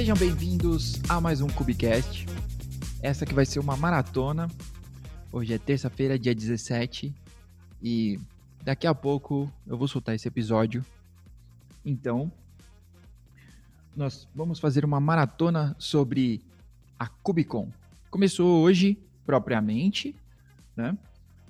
Sejam bem-vindos a mais um Cubicast. Essa que vai ser uma maratona. Hoje é terça-feira, dia 17. E daqui a pouco eu vou soltar esse episódio. Então, nós vamos fazer uma maratona sobre a Cubicon. Começou hoje, propriamente, né?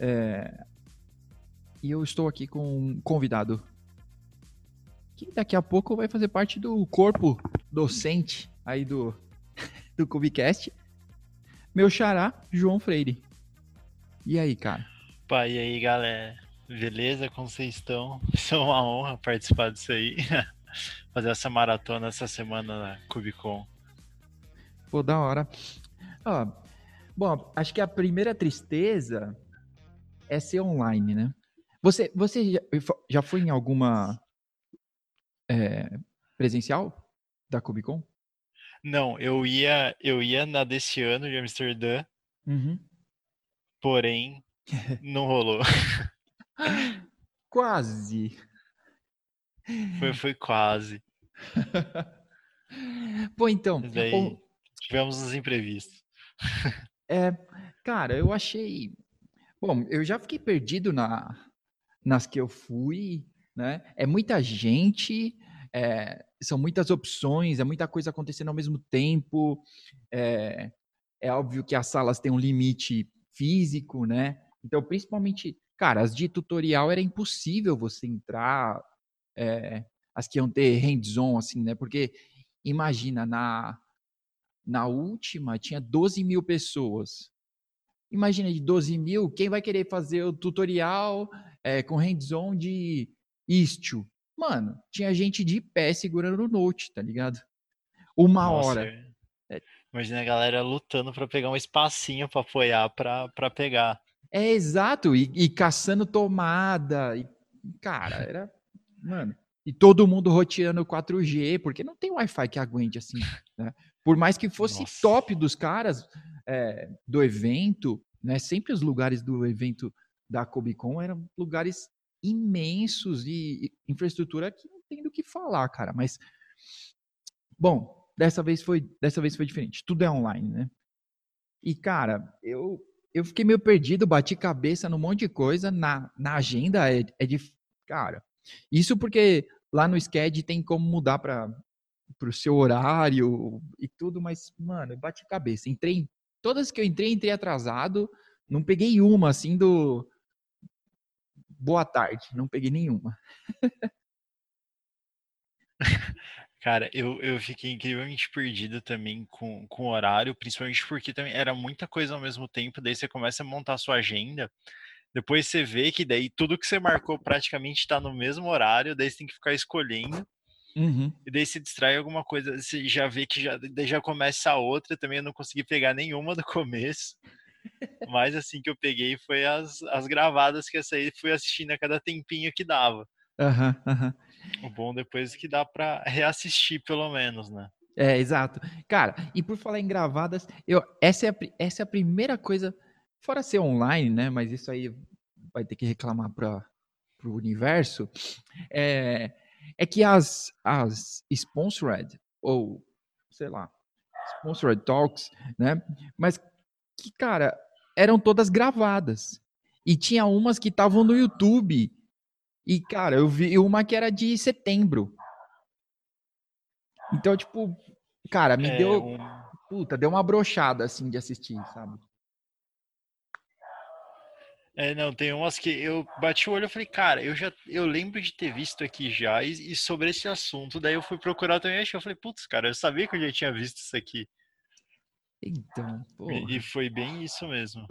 E eu estou aqui com um convidado que daqui a pouco vai fazer parte do corpo docente aí do Cubicast. Meu xará, João Freire. E aí, cara? Pá, e aí, galera? Beleza? Como vocês estão? Isso é uma honra participar disso aí. Fazer essa maratona essa semana na Cubicon. Pô, da hora. Bom, acho que a primeira tristeza é ser online, né? Você já foi em alguma presencial da Cubicon? Não, eu ia na desse ano de Amsterdã, Uhum. porém não rolou. Quase. Foi quase. Pô, então, Mas daí tivemos os imprevistos. cara, eu achei... Bom, eu já fiquei perdido nas que eu fui, né? É muita gente, são muitas opções, é muita coisa acontecendo ao mesmo tempo. É óbvio que as salas têm um limite físico, né? Então, principalmente, cara, as de tutorial era impossível você entrar, as que iam ter hands-on, assim, né? Porque, imagina, na última tinha 12 mil pessoas. Imagina, de 12 mil, quem vai querer fazer o tutorial com hands-on de Istio? Mano, tinha gente de pé segurando o Note, tá ligado? Uma Nossa, hora. É, imagina a galera lutando pra pegar um espacinho pra apoiar pra pegar. exato, e caçando tomada. Cara, era. Mano. E todo mundo roteando 4G, porque não tem Wi-Fi que aguente assim, né? Por mais que fosse Nossa. top dos caras do evento, né? Sempre os lugares do evento da Cobicon eram lugares imensos e infraestrutura que não tem do que falar, cara. Mas, bom, dessa vez foi diferente. Tudo é online, né? E, cara, eu fiquei meio perdido, bati cabeça num monte de coisa. Na agenda de. Cara, isso porque lá no Sched tem como mudar para o seu horário e tudo, mas, mano, eu bati cabeça. Todas que eu entrei atrasado. Não peguei uma, assim, do boa tarde. Não peguei nenhuma. Cara, eu fiquei incrivelmente perdido também com o horário, principalmente porque também era muita coisa ao mesmo tempo, daí você começa a montar a sua agenda, depois você vê que daí tudo que você marcou praticamente está no mesmo horário, daí você tem que ficar escolhendo, Uhum. e daí se distrai alguma coisa, você já vê que daí já começa a outra, também eu não consegui pegar nenhuma do começo, mas assim que eu peguei foi as gravadas que eu saí, fui assistindo a cada tempinho que dava. Aham, aham. O bom depois é que dá pra reassistir pelo menos, né? Exato. Cara, e por falar em gravadas, essa é a primeira coisa, fora ser online, né? Mas isso aí vai ter que reclamar para o universo. É, é que as sponsored, ou sei lá, sponsored talks, né? Mas que, cara, eram todas gravadas. E tinha umas que estavam no YouTube. E, cara, eu vi uma que era de setembro. Então, tipo, cara, me É, deu. Puta, deu uma brochada assim de assistir, sabe? não, tem umas que eu bati o olho e falei, cara, eu lembro de ter visto aqui já e sobre esse assunto, daí eu fui procurar também, eu falei, putz, cara, eu sabia que eu já tinha visto isso aqui. Então, E porra. foi bem isso mesmo.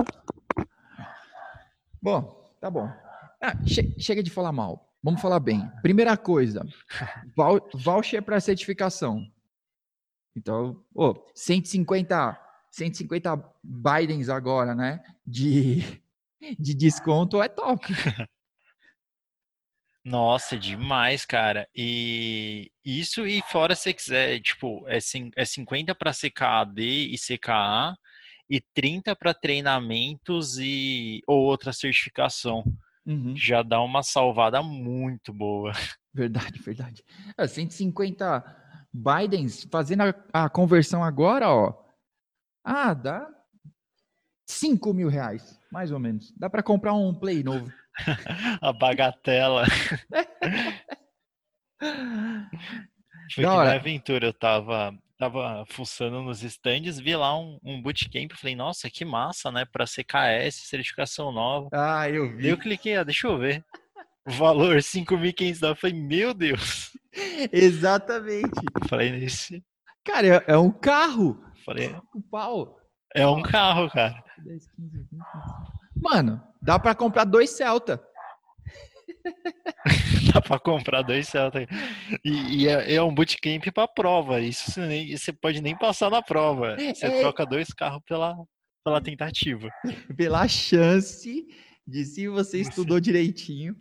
Bom, tá bom. Chega de falar mal. Vamos falar bem. Primeira coisa, voucher para certificação. Então, 150 Bidens agora, né? De desconto é top. Nossa, demais, cara. E isso e fora se você quiser, tipo, é 50 para CKAD e CKA e 30 para treinamentos e ou outra certificação. Uhum. Já dá uma salvada muito boa. Verdade, verdade. 150 Biden fazendo a conversão agora, ó. Ah, dá R$ 5.000, mais ou menos. Dá para comprar um Play novo. A bagatela. Foi Da que nem hora. aventura, eu tava fuçando nos stands, vi lá um bootcamp, falei, nossa, que massa, né? Pra CKS, certificação nova. Ah, eu Daí eu vi. cliquei, deixa eu ver. O valor, 5.500 dólares. Falei, meu Deus. Exatamente. Falei, nesse. Cara, é um carro. Falei, O pau. é um Ó, carro, cara. 10, 15, 20, 25. Mano, dá pra comprar 2 Celta. Dá pra comprar dois Celta. E é um bootcamp pra prova. Isso você pode nem passar na prova. Você É troca dois carros pela tentativa. pela chance de se você Você, estudou direitinho.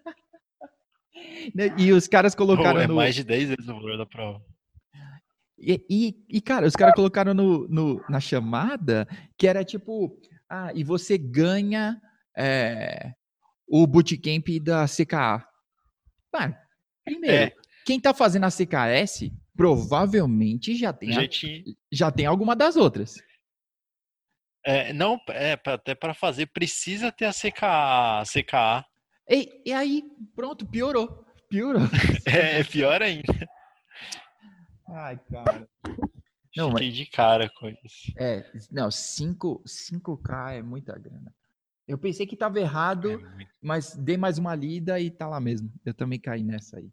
Né? E os caras ou colocaram é no. mais de 10 vezes o valor da prova. Cara, os caras colocaram na chamada que era tipo. Ah, e você ganha o bootcamp da CKA. Mano, primeiro, É, quem tá fazendo a CKS provavelmente já tinha. já tem alguma das outras. Não, até para fazer precisa ter a CKA. E aí, pronto, piorou. Piorou. É pior ainda. Ai, cara. Não, Fiquei de cara com isso. não, 5K é muita grana. Eu pensei que tava É errado, muito. mas dei mais uma lida e tá lá mesmo. Eu também caí nessa aí.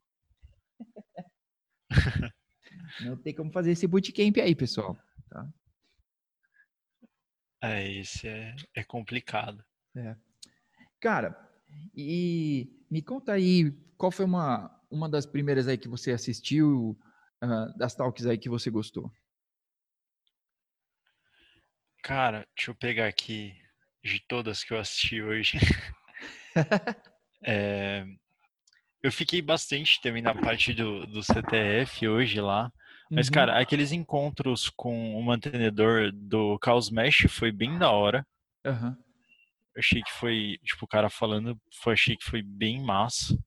Não tem como fazer esse bootcamp aí, pessoal. Tá? Esse é complicado. É. Cara, e me conta aí, qual foi uma das primeiras aí que você assistiu, das talks aí que você gostou? Cara, deixa eu pegar aqui de todas que eu assisti hoje. É, eu fiquei bastante também na parte do CTF hoje lá. Mas, Uhum, cara, aqueles encontros com o mantenedor do Chaos Mesh foi bem da hora. aham, Eu achei que foi, tipo, o cara falando, achei que foi bem massa.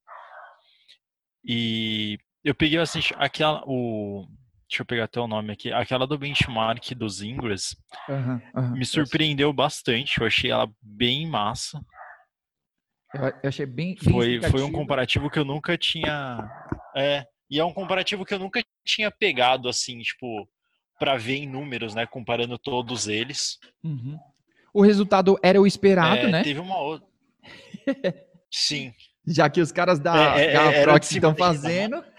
E eu peguei bastante deixa eu pegar até o nome aqui, aquela do benchmark dos Ingress aham, aham. me surpreendeu bastante, eu achei ela bem massa. Eu achei bem Foi um explicativa. comparativo que eu nunca tinha. E é um comparativo que eu nunca tinha pegado, assim, tipo, pra ver em números, né? Comparando todos eles. Uhum. O resultado era o esperado, né? Teve uma outra. Sim. Já que os caras da Era o de Garprox cima estão da janela. fazendo.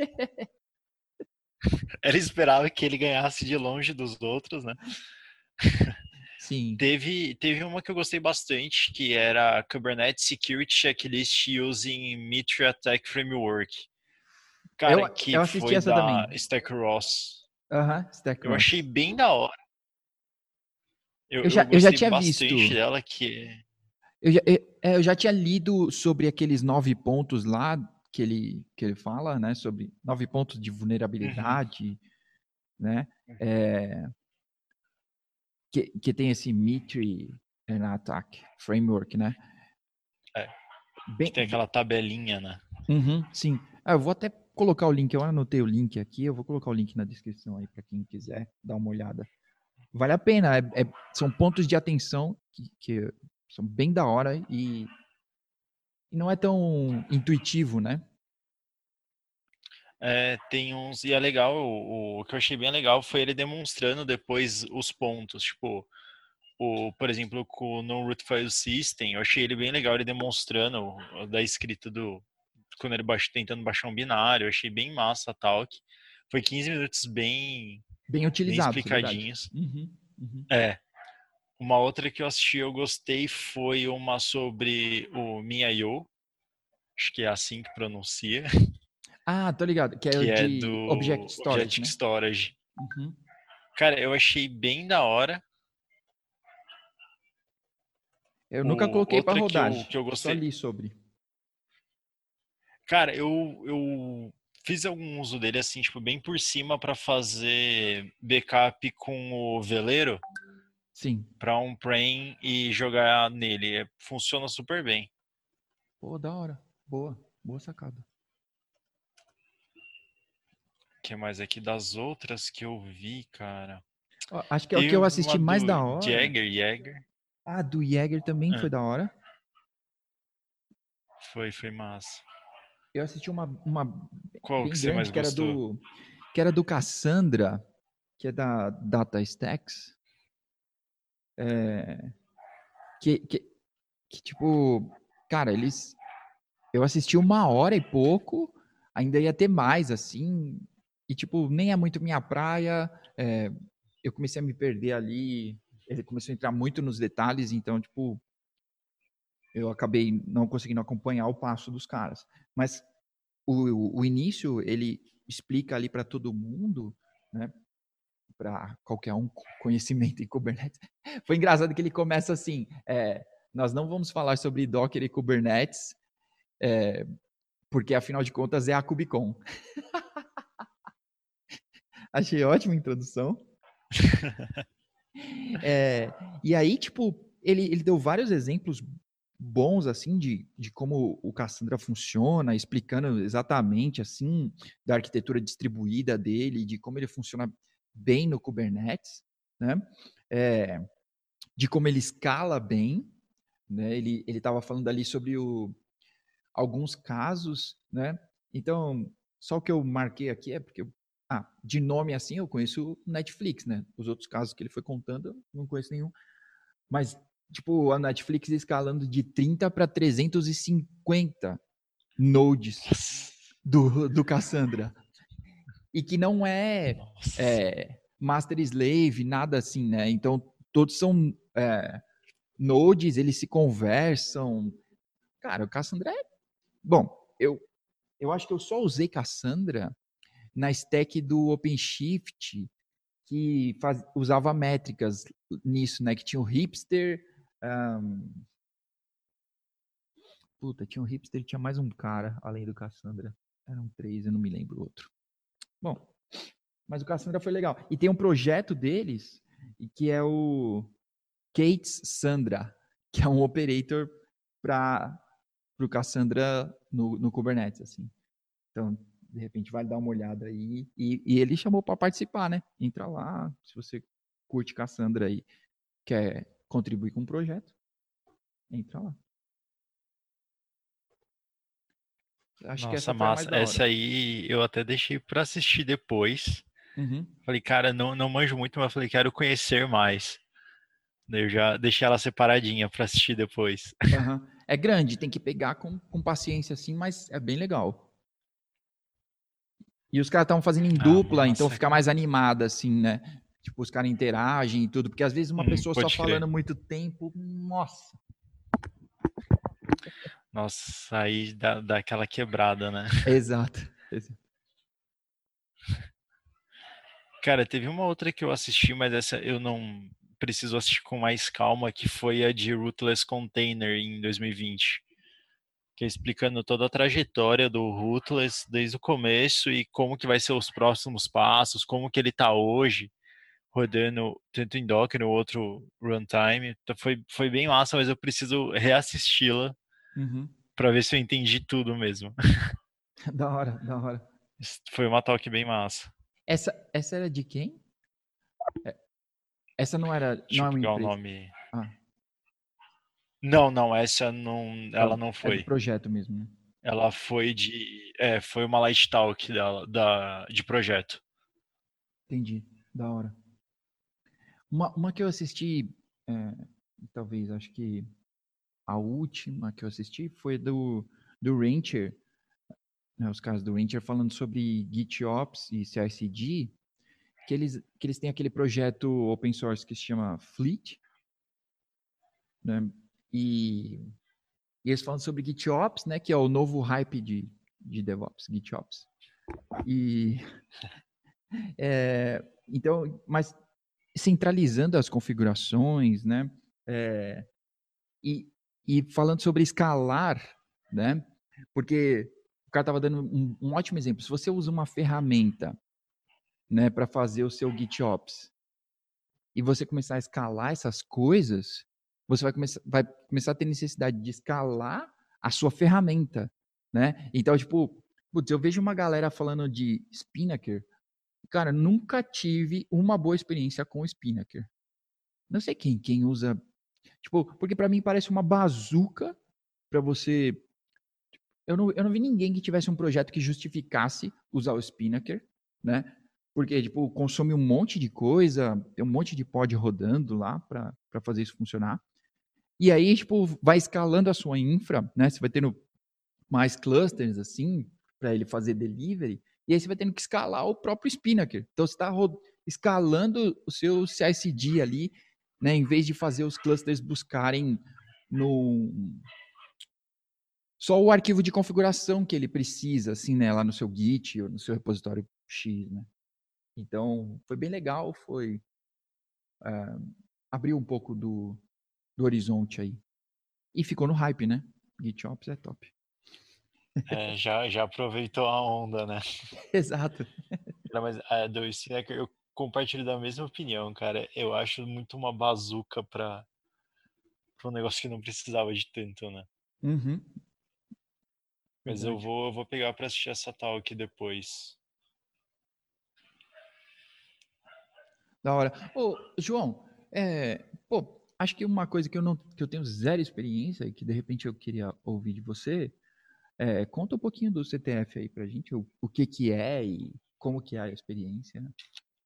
Ela esperava que ele ganhasse de longe dos outros, né? Sim. Teve uma que eu gostei bastante, que era Kubernetes Security Checklist Using Mitra Tech Framework. Eu, Cara, que eu assisti foi essa da também. Stack Ross. Aham, Stack Eu achei Ross. bem da hora. Eu Eu já gostei tinha bastante visto. dela, que Eu já tinha lido sobre aqueles 9 pontos lá que ele fala, né? Sobre 9 pontos de Uhum. vulnerabilidade, né? É, que tem esse Mitre and Attack Framework, né? É, que Bem, tem aquela tabelinha, né? uhum, sim. Eu vou até colocar o link, eu anotei o link aqui, eu vou colocar o link na descrição aí para quem quiser dar uma olhada. Vale a pena, são pontos de atenção que são bem da hora e não é tão intuitivo, né? Tem uns. E é legal, o que eu achei bem legal foi ele demonstrando depois os pontos. Tipo, por exemplo, com o No Root File System, eu achei ele bem legal, ele demonstrando da escrita quando ele tentando baixar um binário, eu achei bem massa a talk. Foi 15 minutos Bem bem utilizados, é verdade. explicadinhos. Uhum, uhum. É. Uma outra que eu assisti eu gostei foi uma sobre o MinIO, acho que é assim que pronuncia, Ah, tô ligado, que é o que é de Object do Storage, Object né? Storage. Uhum. Cara, eu achei bem da hora. Eu nunca coloquei para Outra rodar, que eu só gostei. li sobre. Cara, eu fiz algum uso dele assim, tipo, bem por cima para fazer backup com o veleiro Sim. para on-prem e jogar nele. Funciona super bem. Pô, da hora. Boa, boa sacada. que mais aqui das outras que eu vi, cara? Ó, acho que é o que Teve eu uma assisti mais do da hora. Jäger. Ah, do Jäger também foi Ah, da hora. foi massa. Eu assisti uma Qual que bem você grande mais gostou? que era do Cassandra, que é da DataStax, que, que, que tipo, cara, eu assisti 1 hora e pouco, ainda ia ter mais, assim, e tipo, nem é muito minha praia, eu comecei a me perder ali, ele começou a entrar muito nos detalhes, então, tipo, eu acabei não conseguindo acompanhar o passo dos caras. Mas o início, ele explica ali para todo mundo, né, para qualquer um conhecimento em Kubernetes. Foi engraçado que ele começa assim, nós não vamos falar sobre Docker e Kubernetes, porque afinal de contas é a KubeCon. Achei ótima a introdução. E aí, tipo, ele deu vários exemplos bons, assim, de como o Cassandra funciona, explicando exatamente, assim, da arquitetura distribuída dele, de como ele funciona bem no Kubernetes, né? É, de como ele escala bem, né? Ele estava falando ali sobre alguns casos, né? Então, só o que eu marquei aqui é porque, de nome assim, eu conheço o Netflix, né? Os outros casos que ele foi contando, eu não conheço nenhum. Mas, tipo, a Netflix escalando de 30 para 350 nodes do Cassandra. E que não Nossa. master slave, nada assim, né? Então, todos são nodes, eles se conversam. Cara, o Cassandra é. Bom, eu acho que eu só usei Cassandra na stack do OpenShift, que usava métricas nisso, né? Que tinha o hipster. Um, tinha um hipster e tinha mais um cara, além do Cassandra. Eram 3, eu não me lembro o outro. Bom, mas o Cassandra foi legal. E tem um projeto deles, que é o Kates Sandra, que é um operator para o Cassandra no Kubernetes, assim. Então, de repente, vale dar uma olhada aí. E ele chamou para participar, né? Entra lá, se você curte Cassandra aí, quer contribuir com o projeto, entra lá. Acho que Nossa, essa foi a mais massa. da hora. Essa aí eu até deixei pra assistir depois. Uhum. Falei, cara, não manjo muito, mas falei, quero conhecer mais. Daí eu já deixei ela separadinha pra assistir depois. Uhum. É grande, tem que pegar com paciência assim, mas é bem legal. E os caras estavam fazendo em Ah, dupla, então massa, fica cara. mais animada, assim, né? Tipo, os caras interagem e tudo, porque às vezes uma pessoa só Pode crer. falando muito tempo, nossa. Nossa, aí dá aquela quebrada, né? Exato. Cara, teve uma outra que eu assisti, mas essa eu não preciso assistir com mais calma, que foi a de Rootless Container em 2020, que é explicando toda a trajetória do Rootless desde o começo e como que vai ser os próximos passos, como que ele tá hoje, rodando tanto em Docker no outro runtime. Então foi bem massa, mas eu preciso reassisti-la Uhum. para ver se eu entendi tudo mesmo. Da hora, da hora. Foi uma talk bem massa. Essa era de quem? Essa Deixa não eu é uma pegar o empresa. nome. Ah, Não, essa não, ela não é do foi. projeto mesmo, né? Ela foi uma light talk dela, de projeto. Entendi. Da hora. Uma que eu assisti, é, talvez, acho que a última que eu assisti foi do Rancher, né, os caras do Rancher falando sobre GitOps e CI/CD, que eles têm aquele projeto open source que se chama Fleet, né? E, e eles falam sobre GitOps, né, que é o novo hype de DevOps, GitOps. E então, mas centralizando as configurações, né? É, e, e falando sobre escalar, né? Porque o cara estava dando um ótimo exemplo. Se você usa uma ferramenta, né, para fazer o seu GitOps e você começar a escalar essas coisas, você vai começar a ter necessidade de escalar a sua ferramenta, né? Então, tipo, putz, eu vejo uma galera falando de Spinnaker, Cara, nunca tive uma boa experiência com o Spinnaker. Não sei quem usa, tipo, porque para mim parece uma bazuca para você. Eu não vi ninguém que tivesse um projeto que justificasse usar o Spinnaker, né? Porque, tipo, consome um monte de coisa, tem um monte de pod rodando lá para fazer isso funcionar. E aí, tipo, vai escalando a sua infra, né? Você vai tendo mais clusters, assim, para ele fazer delivery. E aí você vai tendo que escalar o próprio Spinnaker. Então, você está escalando o seu CICD ali, né? Em vez de fazer os clusters buscarem no, só o arquivo de configuração que ele precisa, assim, né, lá no seu Git ou no seu repositório X, né? Então, foi bem legal, foi abriu um pouco do horizonte aí. E ficou no hype, né? GitOps é top. Já aproveitou a onda, né? Exato. Cara, mas a do Spinnaker, eu compartilho da mesma opinião, cara. Eu acho muito uma bazuca pra um negócio que não precisava de tanto, né? Uhum, Mas verdade. eu vou pegar pra assistir essa tal aqui depois. Da hora. Ô, João, pô, acho que uma coisa que eu tenho zero experiência e que de repente eu queria ouvir de você, conta um pouquinho do CTF aí pra gente, o que que é e como que é a experiência, né?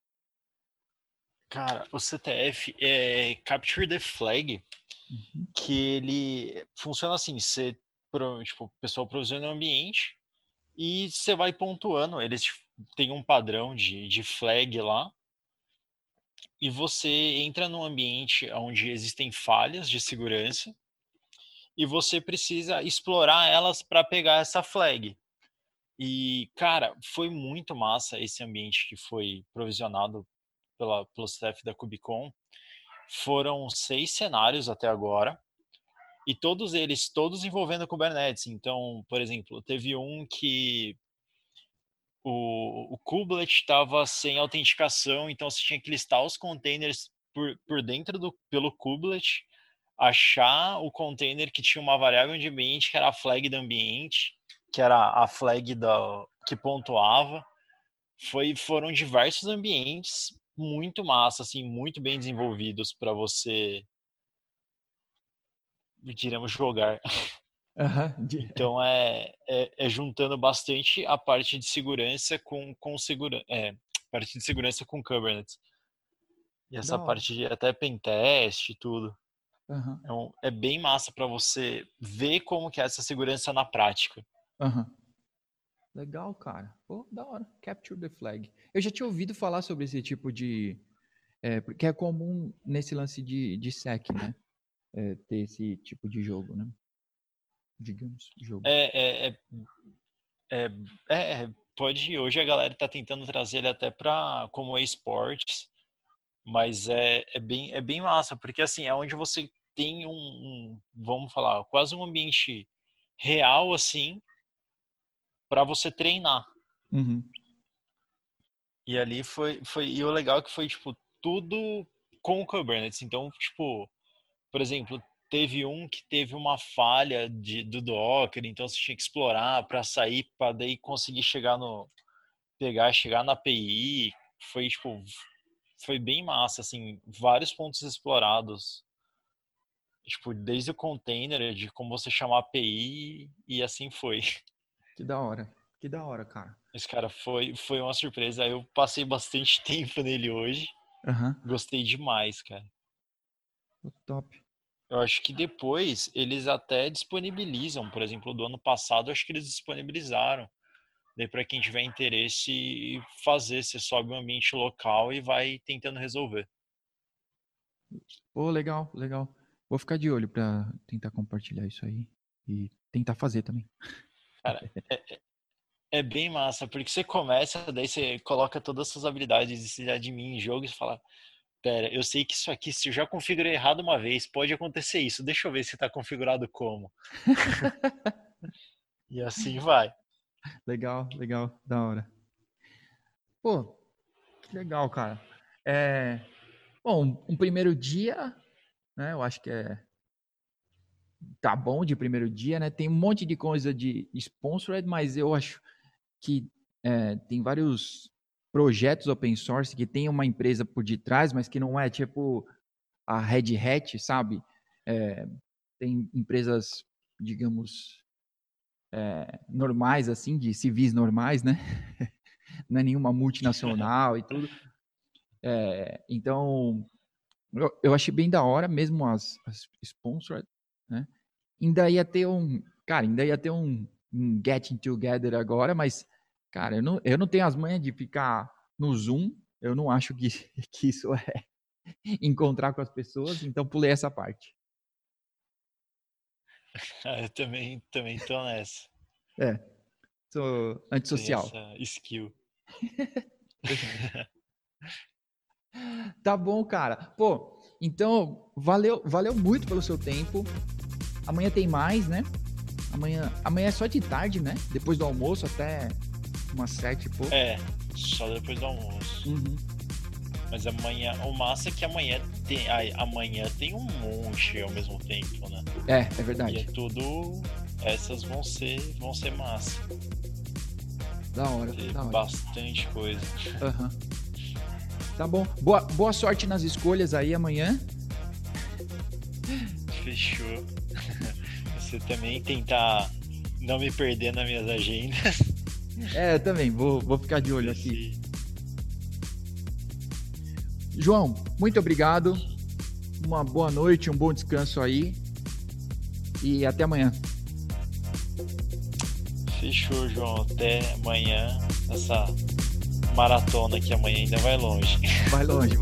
Cara, o CTF é Capture the Flag, Uhum, que ele funciona assim, tipo, o pessoal provisiona o ambiente e você vai pontuando, eles têm um padrão de flag lá, e você entra num ambiente onde existem falhas de segurança, e você precisa explorar elas para pegar essa flag. E, cara, foi muito massa esse ambiente que foi provisionado pelo staff da Kubicon. Foram 6 cenários até agora, e todos eles, todos envolvendo Kubernetes. Então, por exemplo, teve um que o kubelet estava sem autenticação, então você tinha que listar os containers por dentro pelo kubelet, achar o container que tinha uma variável de ambiente, que era a flag do ambiente, que era a flag que pontuava. Foram diversos ambientes muito massa, assim, muito bem desenvolvidos para você, diremos, jogar. aham, Então é juntando bastante a parte de segurança com segurança, parte de segurança com Kubernetes. E essa da hora. parte de até pentest e tudo. Aham, É bem massa para você ver como que é essa segurança na prática. aham. Legal, cara. Pô, da hora. Capture the flag. Eu já tinha ouvido falar sobre esse tipo de. Porque é comum nesse lance de SEC, né? Ter esse tipo de jogo, né? Digamos, jogo. É, é, é, pode. Hoje a galera está tentando trazer ele até para como esportes, mas é bem massa, porque assim é onde você tem vamos falar, quase um ambiente real assim para você treinar. Uhum. E ali e o legal é que foi tipo tudo com o Kubernetes. Então, tipo, por exemplo, teve um que teve uma falha do Docker, então você tinha que explorar para sair, para daí conseguir chegar na API. Foi tipo, foi bem massa, assim, vários pontos explorados. Tipo, desde o container, de como você chamar a API, e assim foi. Que da hora. Que da hora, cara. Esse cara foi uma surpresa. Eu passei bastante tempo nele hoje. Aham. Gostei demais, cara. Top. Eu acho que depois eles até disponibilizam, por exemplo, do ano passado, acho que eles disponibilizaram. Daí para quem tiver interesse fazer, você sobe um ambiente local e vai tentando resolver. Pô, legal, legal. Vou ficar de olho pra tentar compartilhar isso aí e tentar fazer também. Cara, é bem massa, porque você começa, daí você coloca todas as suas habilidades de admin em jogo e você fala, pera, eu sei que isso aqui, se eu já configurei errado uma vez, pode acontecer isso. Deixa eu ver se está configurado como. E assim vai. Legal, legal, da hora. Pô, que legal, cara. É, bom, um primeiro dia, né? Eu acho que tá bom de primeiro dia, né? Tem um monte de coisa de sponsored, mas eu acho que tem vários. projetos open source que tem uma empresa por detrás, mas que não é tipo a Red Hat, sabe? Tem empresas, digamos, normais, assim, de civis normais, né? Não é nenhuma multinacional e tudo. Então, eu achei bem da hora, mesmo as sponsored, né? Ainda ia ter um getting together agora, mas, cara, eu não tenho as manhas de ficar no Zoom, eu não acho que isso é encontrar com as pessoas, então pulei essa parte. Eu também tô nessa. Sou Tem antissocial. essa skill. Tá bom, cara. Pô, então, valeu muito pelo seu tempo. Amanhã tem mais, né? Amanhã é só de tarde, né? Depois do almoço até umas 7 e pouco. Só depois do almoço. Uhum. Mas amanhã, o massa é que amanhã tem um monte ao mesmo tempo, né? É verdade. E é tudo, essas vão ser massa. Da hora. Bastante coisa. Uhum. Tá bom. Boa sorte nas escolhas aí amanhã. Fechou. Você também tentar não me perder nas minhas agendas. Eu também. Vou ficar de olho aqui. João, muito obrigado. Uma boa noite, um bom descanso aí. E até amanhã. Fechou, João. Até amanhã. Nessa maratona que amanhã ainda vai longe. Vai longe.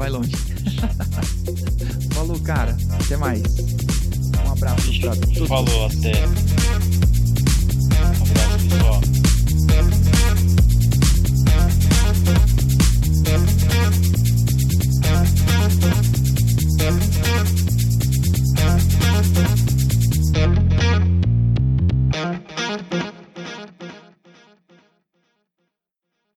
Falou, cara. Até mais. Um abraço pra todos. Falou, até. Um abraço, pessoal.